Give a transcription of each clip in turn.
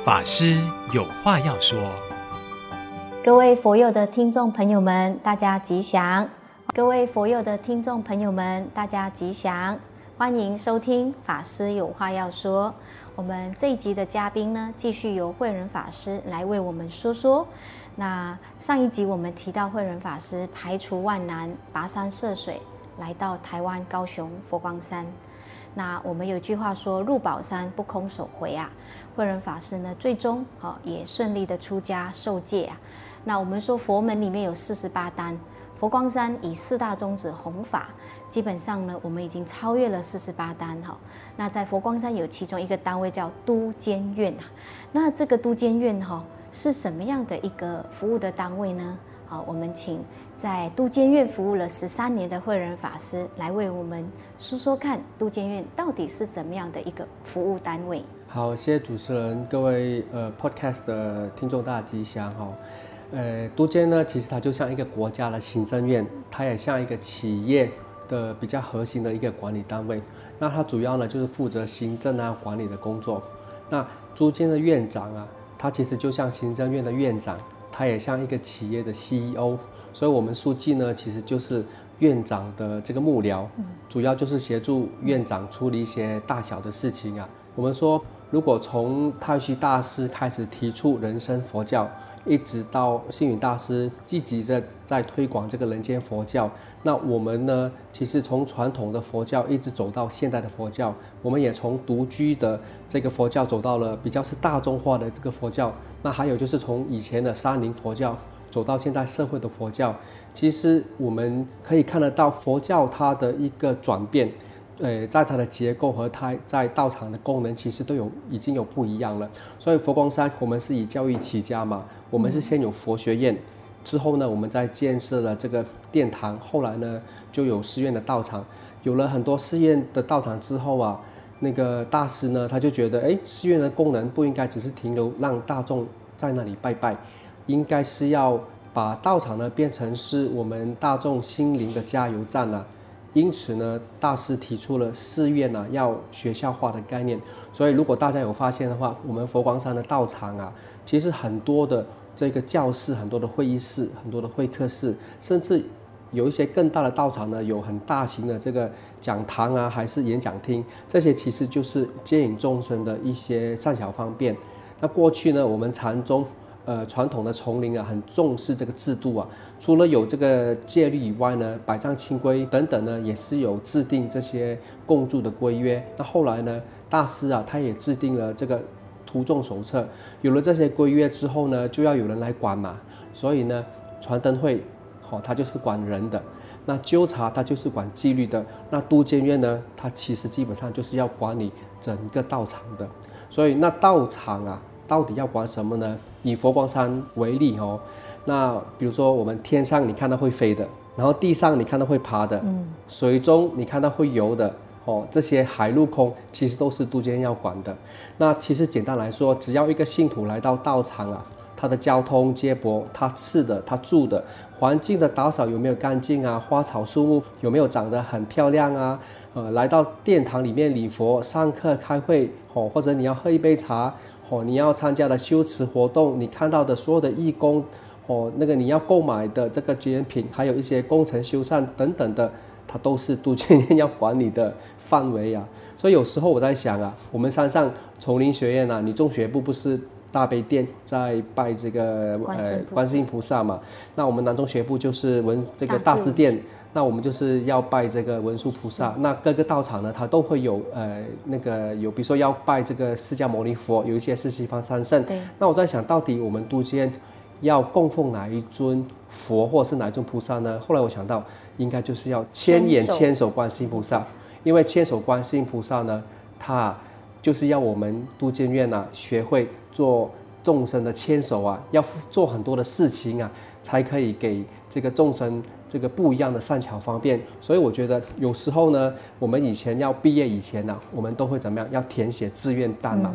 法师有话要说。 各位佛友的听众朋友们，大家吉祥！各位佛友的听众朋友们，大家吉祥！欢迎收听法师有话要说。我们这一集的嘉宾呢，继续由慧仁法师来为我们说说。那上一集我们提到慧仁法师排除万难，跋山涉水，来到台湾高雄佛光山。那我们有句话说，入宝山不空手回啊。慧仁法师呢，最终也顺利的出家受戒啊。那我们说佛门里面有48单，佛光山以4大宗旨弘法，基本上呢，我们已经超越了48单哈。那在佛光山有其中一个单位叫都监院啊。那这个都监院是什么样的一个服务的单位呢？好，我们请在都监院服务了13年的慧仁法师来为我们说说看，都监院到底是怎么样的一个服务单位。 好，谢谢主持人，各位Podcast 的听众大家吉祥哈。都监呢，其实它就像一个国家的行政院，它也像一个企业的比较核心的一个管理单位。那它主要呢就是负责行政啊管理的工作。那都监的院长啊，他其实就像行政院的院长，他也像一个企业的 CEO。所以我们书记呢，其实就是院长的这个幕僚，主要就是协助院长处理一些大小的事情啊。我们说，如果从太虚大师开始提出人生佛教，一直到星云大师积极在推广这个人间佛教，那我们呢，其实从传统的佛教一直走到现代的佛教，我们也从独居的这个佛教走到了比较是大众化的这个佛教，那还有就是从以前的山林佛教走到现在社会的佛教，其实我们可以看得到佛教它的一个转变。在它的结构和它在道场的功能，其实已经有不一样了。所以佛光山我们是以教育起家嘛，我们是先有佛学院，之后呢，我们再建设了这个殿堂，后来呢就有寺院的道场。有了很多寺院的道场之后啊，那个大师呢他就觉得，寺院的功能不应该只是停留让大众在那里拜拜，应该是要把道场呢变成是我们大众心灵的加油站啊。因此呢，大师提出了寺院要学校化的概念。所以如果大家有发现的话，我们佛光山的道场啊，其实很多的这个教室、很多的会议室、很多的会客室，甚至有一些更大的道场呢，有很大型的这个讲堂啊，还是演讲厅，这些其实就是接引众生的一些善巧方便。那过去呢，我们禅宗传统的丛林啊，很重视这个制度啊。除了有这个戒律以外呢，百丈清规等等呢，也是有制定这些共住的规约。那后来呢，大师啊，他也制定了这个徒众手册。有了这些规约之后呢，就要有人来管嘛。所以呢，传灯会，他就是管人的；那纠察他就是管纪律的；那都监院呢，他其实基本上就是要管理整个道场的。所以那道场啊，到底要管什么呢？以佛光山为例那比如说我们天上你看到会飞的，然后地上你看到会爬的，水中你看到会游的，这些海陆空其实都是都监要管的。那其实简单来说，只要一个信徒来到道场啊，他的交通接驳，他吃的，他住的，环境的打扫有没有干净啊？花草树木有没有长得很漂亮啊？来到殿堂里面礼佛、上课、开会，或者你要喝一杯茶。你要参加的修持活动，你看到的所有的义工，那个你要购买的这个纪念品，还有一些工程修缮等等的，它都是都监院要管理的范围啊。所以有时候我在想啊，我们山上丛林学院啊，你众学部不是大悲殿在拜这个观世音菩萨嘛？那我们南宗学部就是这个大智殿，那我们就是要拜这个文殊菩萨。那各个道场呢，它都会有有，比如说要拜这个释迦牟尼佛，有一些是西方三圣。那我在想，到底我们都监要供奉哪一尊佛，或者是哪一尊菩萨呢？后来我想到，应该就是要千眼千手观世音菩萨，因为千手观世音菩萨呢，他就是要我们都监院学会做众生的牵手啊，要做很多的事情啊，才可以给这个众生这个不一样的善巧方便。所以我觉得有时候呢，我们以前要毕业以前我们都会怎么样？要填写志愿单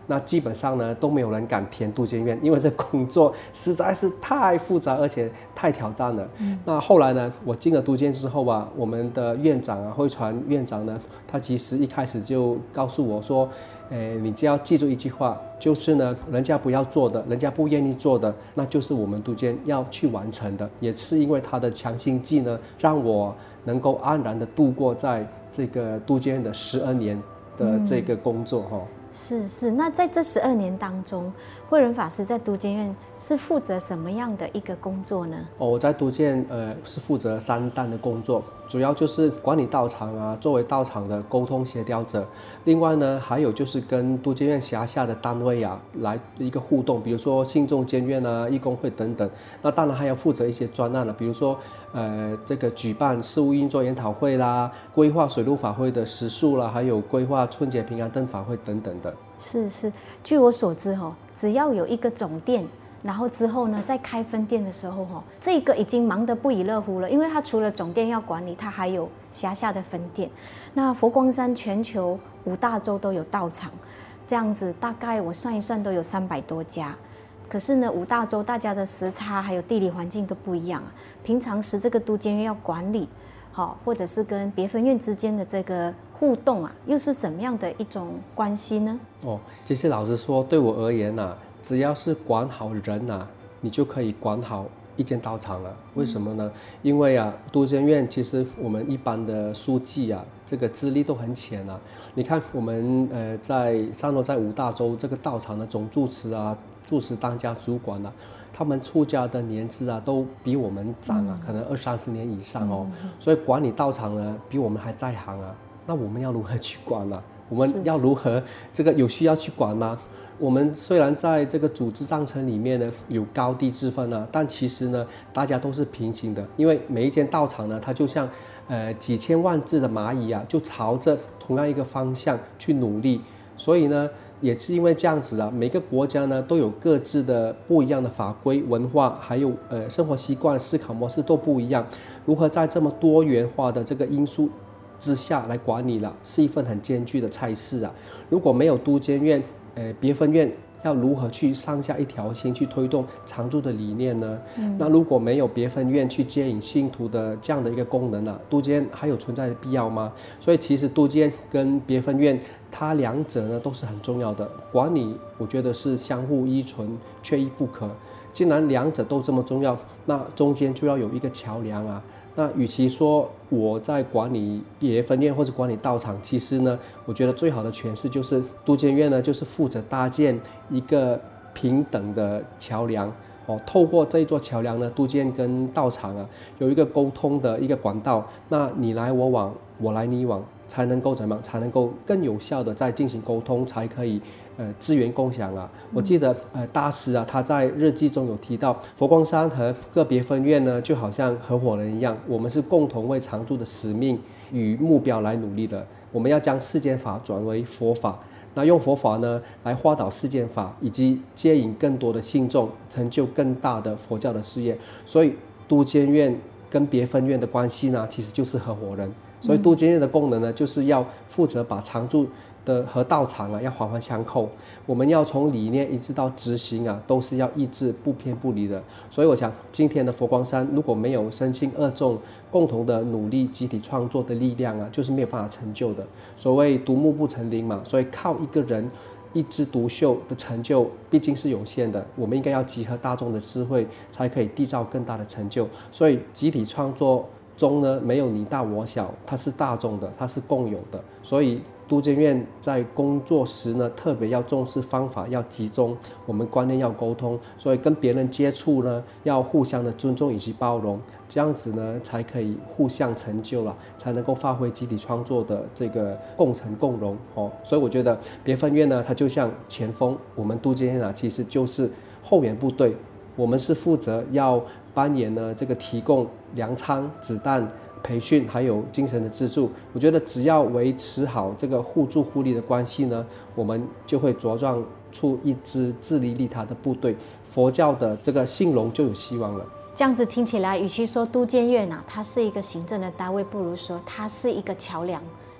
那基本上呢都没有人敢填督监院，因为这工作实在是太复杂而且太挑战了。那后来呢，我进了督监之后啊，我们的院长啊，慧传院长呢，他其实一开始就告诉我说，你只要记住一句话，就是呢，人家不要做的，人家不愿意做的，那就是我们督监要去完成的。也是因为他的强心剂呢，让我能够安然的度过在这个督监的12年的这个工作哈。 是，那在这12年当中，慧仁法师在督监院是负责什么样的一个工作呢？ 我在督监是负责3担的工作，主要就是管理道场啊，作为道场的沟通协调者。另外呢，还有就是跟督监院辖下的单位啊来一个互动，比如说信众监院啊、义工会等等。那当然还要负责一些专案了，比如说这个举办事务运作研讨会啦，规划水陆法会的时数啦，还有规划春节平安灯法会等等的。 是，据我所知只要有一个总店，然后之后呢，在开分店的时候这个已经忙得不亦乐乎了，因为它除了总店要管理，它还有辖下的分店。那佛光山全球5大洲都有道场，这样子大概我算一算都有300多家。可是呢，5大洲大家的时差还有地理环境都不一样啊。平常时这个督监院要管理，或者是跟别分院之间的这个互动啊，又是什么样的一种关系呢？ 其实老实说，对我而言啊，只要是管好人啊，你就可以管好一间道场了。为什么呢？因为啊，督监院其实我们一般的书记啊，这个资历都很浅啊。你看我们散落在5大洲这个道场的总住持啊、住持当家主管啊，他们出家的年资啊，都比我们长啊，可能20-30年以上哦。所以管理道场呢，比我们还在行啊。那我们要如何去管呢？我们要如何这个有需要去管吗？我们虽然在这个组织章程里面呢有高低之分啊，但其实呢大家都是平行的，因为每一间道场呢，它就像几千万只的蚂蚁啊，就朝着同样一个方向去努力。所以呢，也是因为这样子啊，每个国家呢都有各自的不一样的法规、文化，还有生活习惯、思考模式都不一样。如何在这么多元化的这个因素之下来管理了，是一份很艰巨的差事啊。如果没有督监院、别分院要如何去上下一条心去推动常住的理念呢？那如果没有别分院去接引信徒的这样的一个功能啊，督监还有存在的必要吗？所以其实督监跟别分院它两者呢都是很重要的，管理我觉得是相互依存，缺一不可。既然两者都这么重要，那中间就要有一个桥梁啊。那与其说我在管理别分院或者管理道场，其实呢，我觉得最好的诠释就是督监院呢，就是负责搭建一个平等的桥梁。透过这一座桥梁呢，督监跟道场啊有一个沟通的一个管道，那你来我往，我来你往，才能够怎么样？才能够更有效的在进行沟通，才可以资源共享啊。我记得大师啊，他在日记中有提到，佛光山和个别分院呢，就好像合伙人一样，我们是共同为常住的使命与目标来努力的。我们要将世间法转为佛法，那用佛法呢来化导世间法，以及接引更多的信众，成就更大的佛教的事业。所以督监院跟别分院的关系呢，其实就是合伙人。所以督监院的功能呢，就是要负责把常住的和道场啊要环环相扣，我们要从理念一直到执行啊，都是要一致不偏不离的。所以我想，今天的佛光山如果没有身心二众共同的努力、集体创作的力量啊，就是没有办法成就的。所谓独木不成林嘛，所以靠一个人一枝独秀的成就毕竟是有限的，我们应该要集合大众的智慧，才可以缔造更大的成就。所以集体创作中呢，没有你大我小，它是大众的，它是共有的。所以督监院在工作时呢，特别要重视方法，要集中，我们观念要沟通，所以跟别人接触呢，要互相的尊重以及包容，这样子呢，才可以互相成就了，才能够发挥集体创作的这个共成共荣所以我觉得别分院呢，它就像前锋，我们督监院啊，其实就是后援部队，我们是负责要扮演呢这个提供粮仓、子弹、培训还有精神的资助。我觉得只要维持好这个互助互利的关系呢，我们就会茁壮出一支自利利他的部队，佛教的这个兴隆就有希望了。 这样子听起来，与其说督监院啊，它是一个行政的单位，不如说它是一个桥梁，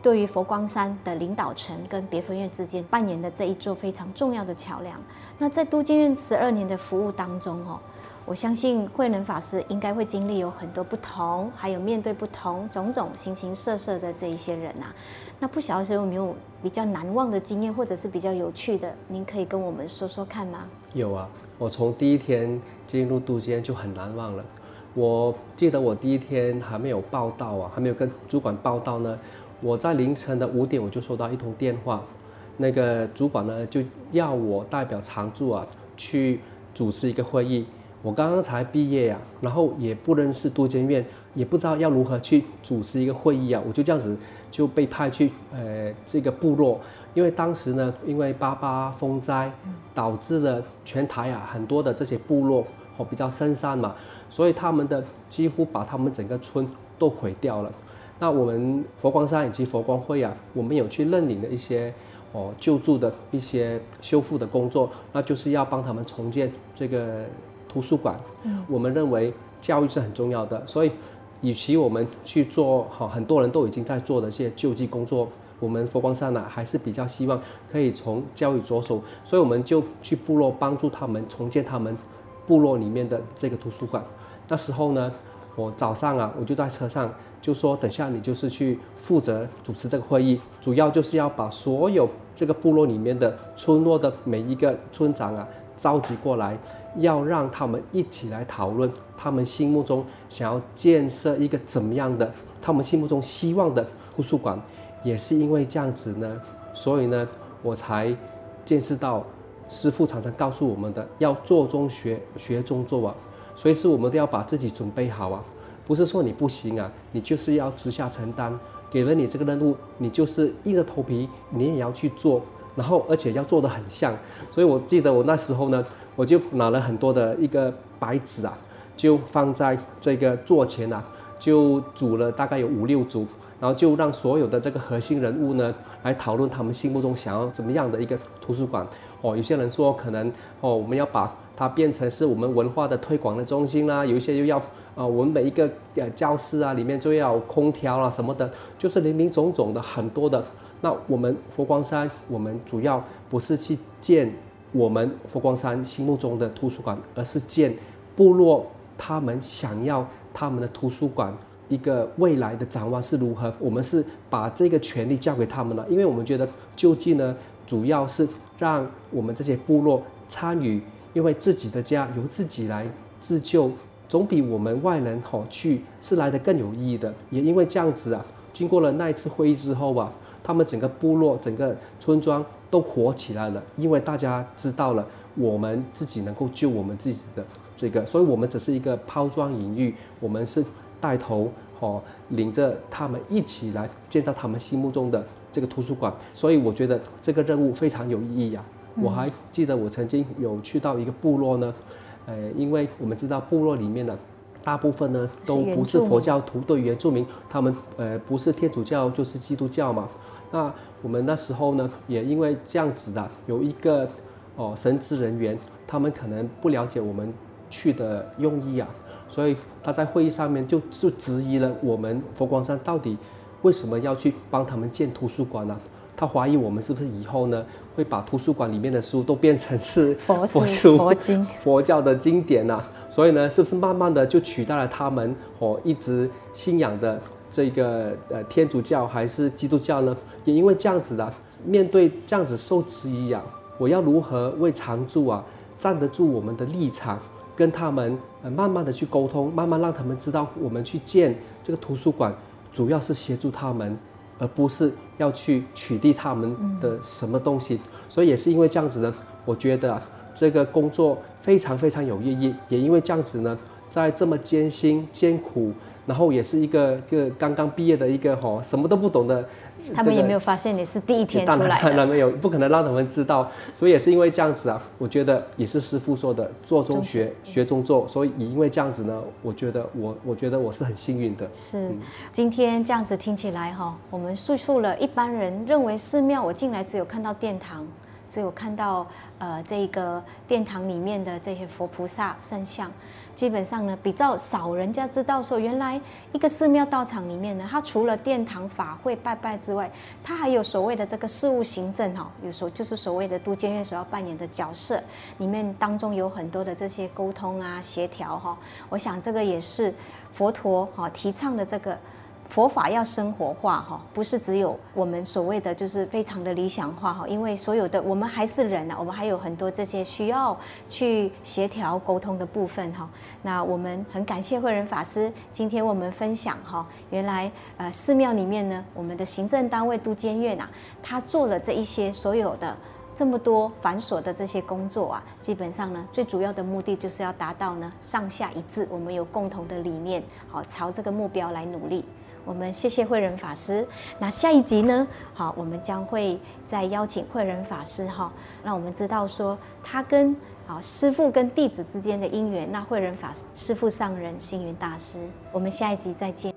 对于佛光山的领导层跟别佛院之间扮演的这一座非常重要的桥梁。那在都监院12年的服务当中我相信慧能法师应该会经历有很多不同，还有面对不同种种形形色色的这一些人那不晓得有没有比较难忘的经验，或者是比较有趣的，您可以跟我们说说看吗？ 有啊，我从第一天进入都监就很难忘了。我记得我第一天还没有报到还没有跟主管报到呢，我在凌晨的5点我就收到一通电话，那个主管呢就要我代表常驻去主持一个会议。我刚刚才毕业然后也不认识都监院，也不知道要如何去主持一个会议我就这样子就被派去这个部落。因为当时呢，因为88风灾导致了全台很多的这些部落比较深山嘛，所以他们的几乎把他们整个村都毁掉了。那我们佛光山以及佛光会我们有去认领的一些救助的一些修复的工作，那就是要帮他们重建这个图书馆。我们认为教育是很重要的，所以与其我们去做很多人都已经在做的这些救济工作，我们佛光山还是比较希望可以从教育着手，所以我们就去部落帮助他们重建他们部落里面的这个图书馆。那时候呢，我早上我就在车上就说，等下你就是去负责主持这个会议，主要就是要把所有这个部落里面的村落的每一个村长召集过来，要让他们一起来讨论他们心目中想要建设一个怎么样的，他们心目中希望的图书馆。也是因为这样子呢，所以呢，我才见识到师父常常告诉我们的，要做中学，学中做所以是我们都要把自己准备好不是说你不行你就是要直下承担，给了你这个任务，你就是硬着头皮你也要去做，然后而且要做得很像。所以我记得我那时候呢，我就拿了很多的一个白纸就放在这个桌前就组了大概有5、6组，然后就让所有的这个核心人物呢来讨论他们心目中想要怎么样的一个图书馆有些人说可能我们要把它变成是我们文化的推广的中心啦，有一些又要我们每一个教室里面就要有空调什么的，就是林林总总的很多的。那我们佛光山，我们主要不是去建我们佛光山心目中的图书馆，而是建部落他们想要他们的图书馆一个未来的展望是如何，我们是把这个权利交给他们了。因为我们觉得救济呢，主要是让我们这些部落参与，因为自己的家由自己来自救，总比我们外人去是来的更有意义的。也因为这样子经过了那一次会议之后他们整个部落、整个村庄都活起来了，因为大家知道了我们自己能够救我们自己的这个，所以我们只是一个抛砖引玉，我们是带头领着他们一起来建造他们心目中的这个图书馆。所以我觉得这个任务非常有意义我还记得我曾经有去到一个部落呢，因为我们知道部落里面呢，大部分呢都不是佛教徒，对原住民，他们不是天主教就是基督教嘛。那我们那时候呢，也因为这样子有一个神职人员，他们可能不了解我们去的用意所以他在会议上面就质疑了我们佛光山到底为什么要去帮他们建图书馆他怀疑我们是不是以后呢会把图书馆里面的书都变成是佛书、 佛经、 佛教的经典所以呢，是不是慢慢的就取代了他们一直信仰的这个天主教还是基督教呢？也因为这样子面对这样子受质疑我要如何为常住站得住我们的立场，跟他们慢慢的去沟通，慢慢让他们知道我们去建这个图书馆主要是协助他们，而不是要去取缔他们的什么东西。所以也是因为这样子呢，我觉得这个工作非常非常有意义。也因为这样子呢，在这么艰辛艰苦，然后也是一个刚刚毕业的一个什么都不懂的， 他们也没有发现你是第一天出来的， 当然没有，不可能让他们知道。所以也是因为这样子我觉得也是师父说的做中学，学中做。所以也因为这样子呢，我觉得我是很幸运的。 是，今天这样子听起来我们叙述了一般人认为寺庙我进来只有看到殿堂， 只有看到这个殿堂里面的这些佛菩萨圣像，基本上呢比较少人家知道说，原来一个寺庙道场里面呢，它除了殿堂法会拜拜之外，它还有所谓的这个事务行政哈，就是所谓的都监院所要扮演的角色，里面当中有很多的这些沟通啊、协调哈。我想这个也是佛陀提倡的这个。佛法要生活化哈，不是只有我们所谓的就是非常的理想化哈，因为所有的我们还是人啊，我们还有很多这些需要去协调沟通的部分哈。那我们很感谢慧仁法师，今天我们分享哈，原来寺庙里面呢，我们的行政单位都监院啊，他做了这一些所有的这么多繁琐的这些工作啊，基本上呢，最主要的目的就是要达到呢上下一致，我们有共同的理念，好朝这个目标来努力。我们谢谢慧仁法师。那下一集呢，好，我们将会再邀请慧仁法师哈，让我们知道说他跟师父跟弟子之间的因缘。那慧仁法师师父上人星云大师，我们下一集再见。